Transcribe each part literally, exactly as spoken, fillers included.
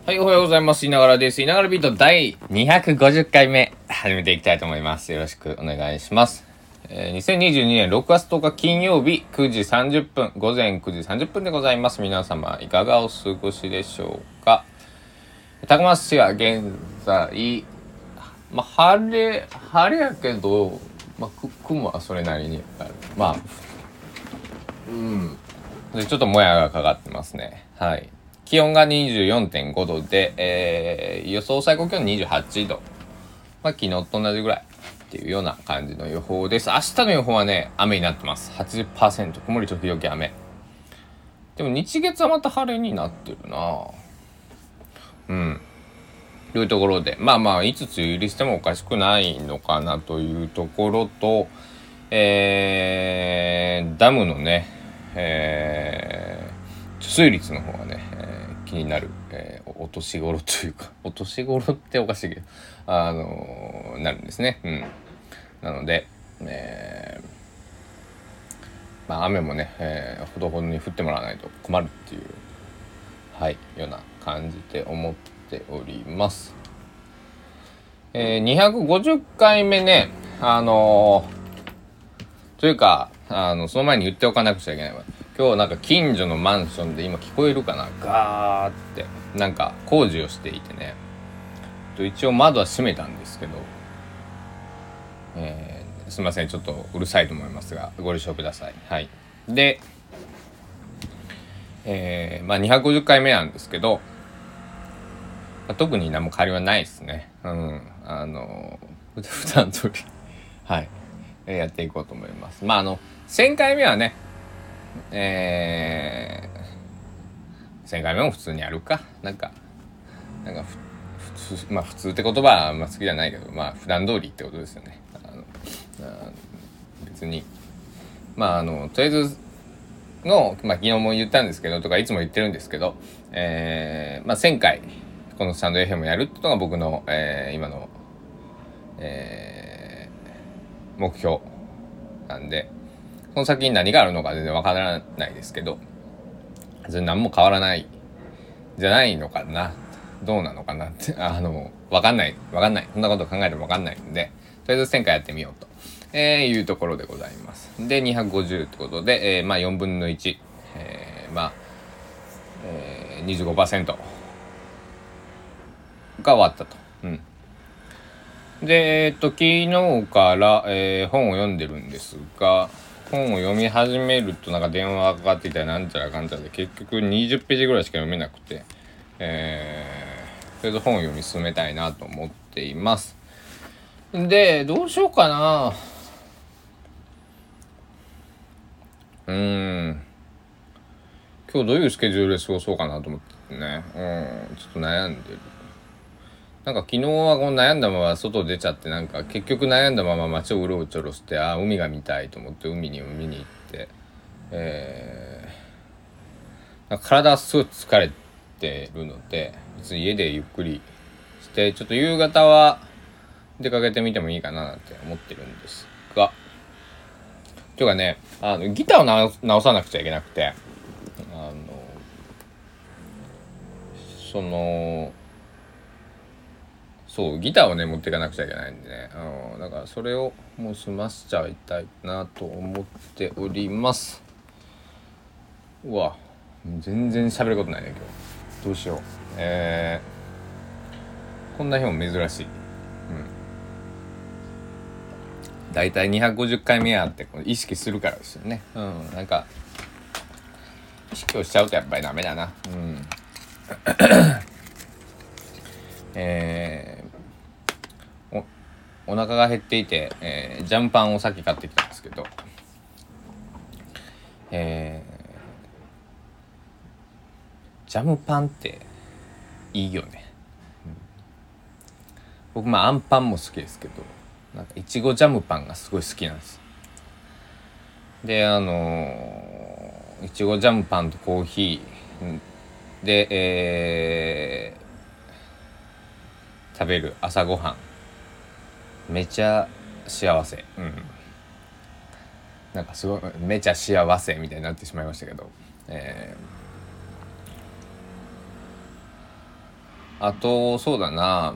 はい、おはようございます。いながらです。いながらビート第にひゃくごじゅっかいめ、始めていきたいと思います。よろしくお願いします。えー、にせんにじゅうにねんろくがつとおか金曜日くじさんじゅっぷん、午前くじさんじゅっぷんでございます。皆様、いかがお過ごしでしょうか。高松市は現在、まあ、晴れ、晴れやけど、まあ、雲はそれなりにある。まあ、うん。で、ちょっともやがかかってますね。はい。気温が にじゅうよんてんごどで、えー、予想最高気温にじゅうはちど。まあ、昨日と同じぐらいっていうような感じの予報です。明日の予報はね、雨になってます。はちじゅっパーセント。曇り時々雨。でも日月はまた晴れになってるなうん。というところで、まあまあ、いつ梅雨入りしてもおかしくないのかなというところと、えー、ダムのね、えー、貯水率の方がね、えー、気になる、えー、お年頃というか、お年頃っておかしいけど、あのー、なるんですね。うん。なので、えー、まあ雨もね、えー、ほどほどに降ってもらわないと困るっていう、はい、ような感じで思っております。えー、にひゃくごじゅっかいめね、あのー、というか、あの、その前に言っておかなくちゃいけないわ。今日なんか近所のマンションで今聞こえるかなガーって、なんか工事をしていてね。一応窓は閉めたんですけど、えー、すいません、ちょっとうるさいと思いますが、ご了承ください。はい。で、えー、まあにひゃくごじゅっかいめなんですけど、まあ、特に何も変わりはないですね。うん。あの、普段通り、はい。やっていこうと思います。まああのせんかいめはね、えー、せんかいめも普通にやるかなんかなんか普通まあ普通って言葉はあんま好きじゃないけど、まあ普段通りってことですよね。あのあ別にまああのとりあえずの、まあ、昨日も言ったんですけどとかいつも言ってるんですけど、えー、まあせんかいこのスタンド エフエム やるっていうのが僕の、えー、今の、えー、目標なんで、その先に何があるのか全然わからないですけど、全然何も変わらないじゃないのかな、どうなのかなってあのわかんないわかんないそんなこと考えてもわかんないんで、とりあえずせんかいやってみようと、えー、いうところでございます。でにひゃくごじゅうってことで、えー、まあよんぶんのいち、えー、まあ、えー、にじゅうごパーセント が終わったと。うんで、えっと、昨日から、えー、本を読んでるんですが、本を読み始めるとなんか電話がかかってきたりなんちゃらかんちゃらで結局にじゅっページぐらいしか読めなくて、えー、とりあえず本を読み進めたいなと思っています。で、どうしようかな。うーん。今日どういうスケジュールで過ごそうかなと思ってね。うん、ちょっと悩んでる。なんか昨日はこの悩んだまま外出ちゃって、なんか結局悩んだまま街をうろちょろして、ああ海が見たいと思って海に見に行って、えー、なんか体はすごい疲れてるので別に家でゆっくりしてちょっと夕方は出かけてみてもいいかななんて思ってるんですが、というかね、あのギターを直直さなくちゃいけなくて、あのそのそうギターをね持っていかなくちゃいけないんでね、あのだからそれをもう済ましちゃいたいなと思っております。うわ全然喋ることないね今日。どうしよう。えー、こんな日も珍しい。うんだいたいにひゃくごじゅっかいめやって意識するからですよね。うんなんか意識をしちゃうとやっぱりダメだな。うんえー、おお腹が減っていて、えー、ジャムパンをさっき買ってきたんですけど、えー、ジャムパンっていいよね。うん、僕まああんパンも好きですけど、なんかいちごジャムパンがすごい好きなんです。であのー、いちごジャムパンとコーヒーで、えー、食べる朝ごはんめちゃ幸せ。うんなんかすごいめちゃ幸せみたいになってしまいましたけど、えあと、そうだな。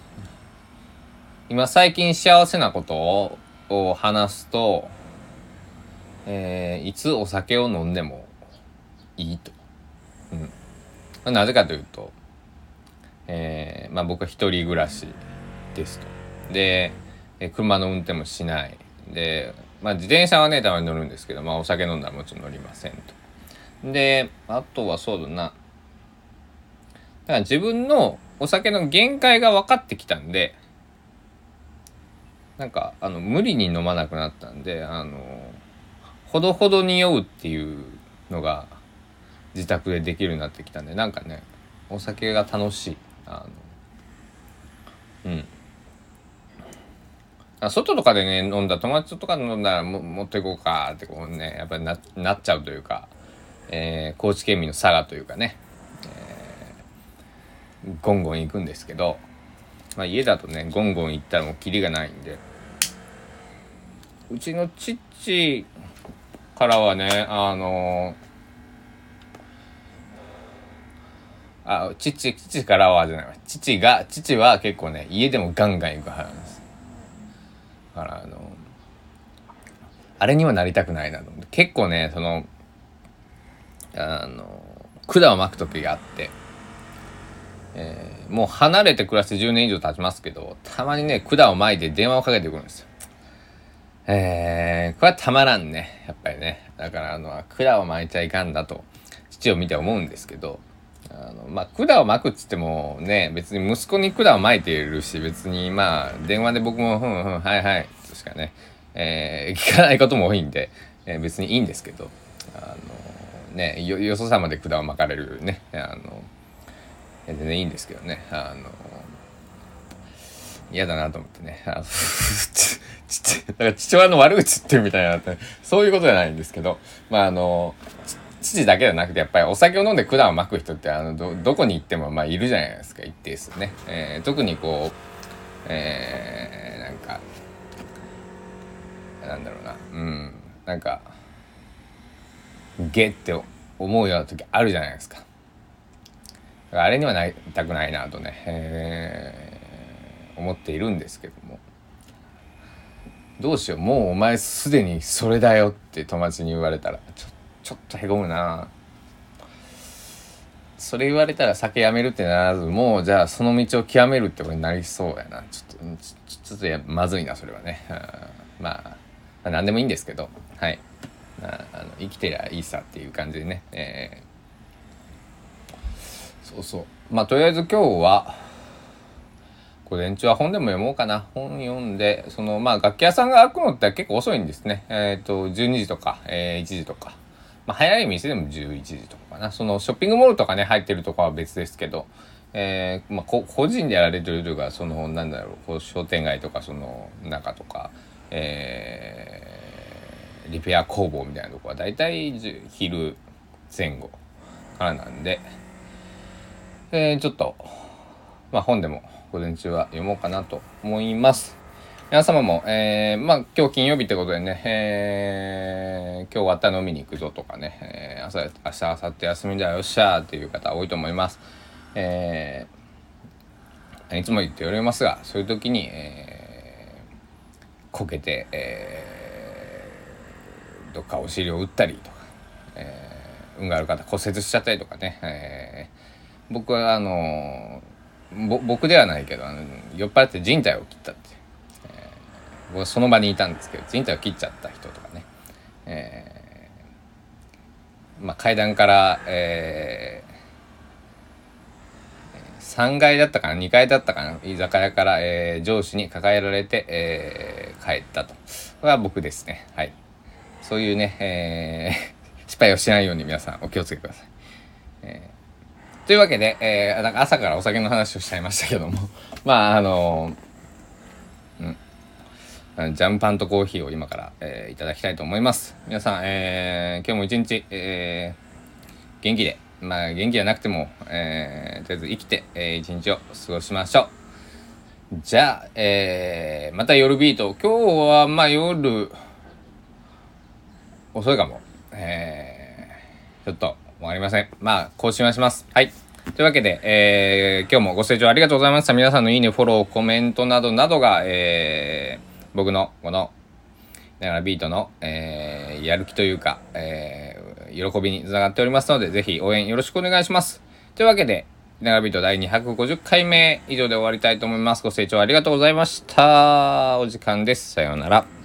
今最近幸せなことをを話すと、えーいつお酒を飲んでもいいと。うん。なぜかというと、えーまあ僕は一人暮らしですと。で、え車の運転もしない。で、まあ自転車はね、たまに乗るんですけど、まあお酒飲んだらもちろん乗りませんと。で、あとはそうだな。だから自分のお酒の限界が分かってきたんで、なんか、あの、無理に飲まなくなったんで、あの、ほどほどに酔うっていうのが自宅でできるようになってきたんで、なんかね、お酒が楽しい。あの、うん。外とかでね、飲んだ、友達とかで飲んだらも持っていこうかってこうね、やっぱり な, なっちゃうというか、えー、高知県民の佐賀というかね、えー、ゴンゴン行くんですけど、まあ家だとね、ゴンゴン行ったらもうキリがないんで、うちの父からはね、あのー、あ、父、父からはじゃないわ。父が、父は結構ね、家でもガンガン行く派なんです。だから、あの、あれにはなりたくないなと思って。結構ね、その、あの、管を巻く時があって、えーもう離れて暮らしてじゅうねん以上経ちますけど、たまにね、管を巻いて電話をかけてくるんですよ。えー、これはたまらんね。やっぱりね。だから、あの、管を巻いちゃいかんだと、父を見て思うんですけど、あの、まあ、管を巻くっつってもね、別に息子に管を巻いているし、別にまあ、電話で僕も、ふんふん、はいはい、としかね、えー、聞かないことも多いんで、えー、別にいいんですけど、あの、ね、よ、よそ様で管を巻かれるね、あの、全然いいんですけどね、あの、嫌だなと思ってね、あのちちだから父親の悪口言ってるみたいなって、そういうことじゃないんですけど、まああの、父だけじゃなくてやっぱりお酒を飲んで管を巻く人ってあの ど, どこに行ってもまあいるじゃないですか、一定数ね、えー、特にこう、えー、なんかなんだろうな、うんなんかゲって思うような時あるじゃないですか。あれにはなりたくないなとね、えー、思っているんですけども、どうしよう、もうお前すでにそれだよって友達に言われたらちょちょっとへこむな。それ言われたら酒やめるってならず、もうじゃあその道を極めるってことになりそうやな。ちょっとちょちょっとやまずいなそれはね。まあ、まあ何でもいいんですけど、はい、まあ、あの生きてりゃいいさっていう感じでね、えー、そうそう、まあとりあえず今日は午前中は本でも読もうかな。本読んで、そのまあ楽器屋さんが開くのって結構遅いんですね。えっとじゅうにじとか、えー、いちじとか、まあ早い店でもじゅういちじとかかな。そのショッピングモールとかね入ってるとこは別ですけど、えー、まあこ個人でやられてるというか、そのなんだろう、こう商店街とかその中とか、えー、リペア工房みたいなとこはだいたい昼前後からなんで、えー、ちょっとまあ本でも午前中は読もうかなと思います。皆様も、えー、まあ今日金曜日ってことでね、えー、今日終わったら飲みに行くぞとかね、えー、朝、明日、明後日休みだよっしゃーっていう方多いと思います。えー、いつも言っておりますが、そういう時に、えー、こけて、えー、どっかお尻を打ったりとか、えー、運がある方骨折しちゃったりとかね、えー、僕はあのぼ僕ではないけど、あの酔っ払って靭帯を切ったって、えー、僕はその場にいたんですけど、靭帯を切っちゃった人とかね、えー、まあ階段から、えー、さんがいだったかなにかいだったかな、居酒屋から、えー、上司に抱えられて、えー、帰ったと。これは僕ですね。はい。そういうね、えー、失敗をしないように皆さんお気をつけください。えーというわけで、えー、なんか朝からお酒の話をしちゃいましたけどもまああのうんジャムパンとコーヒーを今から、えー、いただきたいと思います。皆さん、えー、今日も一日、えー、元気で、まあ元気じゃなくても、えー、とりあえず生きて、えー、一日を過ごしましょう。じゃあ、えー、また夜ビート。今日はまあ夜遅いかも、えー、ちょっとわかりません。まあ更新はします。はい。とというわけで、えー、今日もご清聴ありがとうございました。皆さんのいいね、フォロー、コメントなどなどが、えー、僕のこのながらビートの、えー、やる気というか、えー、喜びにつながっておりますので、ぜひ応援よろしくお願いします。というわけで、ながらビートだいにひゃくごじゅっかいめ以上で終わりたいと思います。ご清聴ありがとうございました。お時間です。さようなら。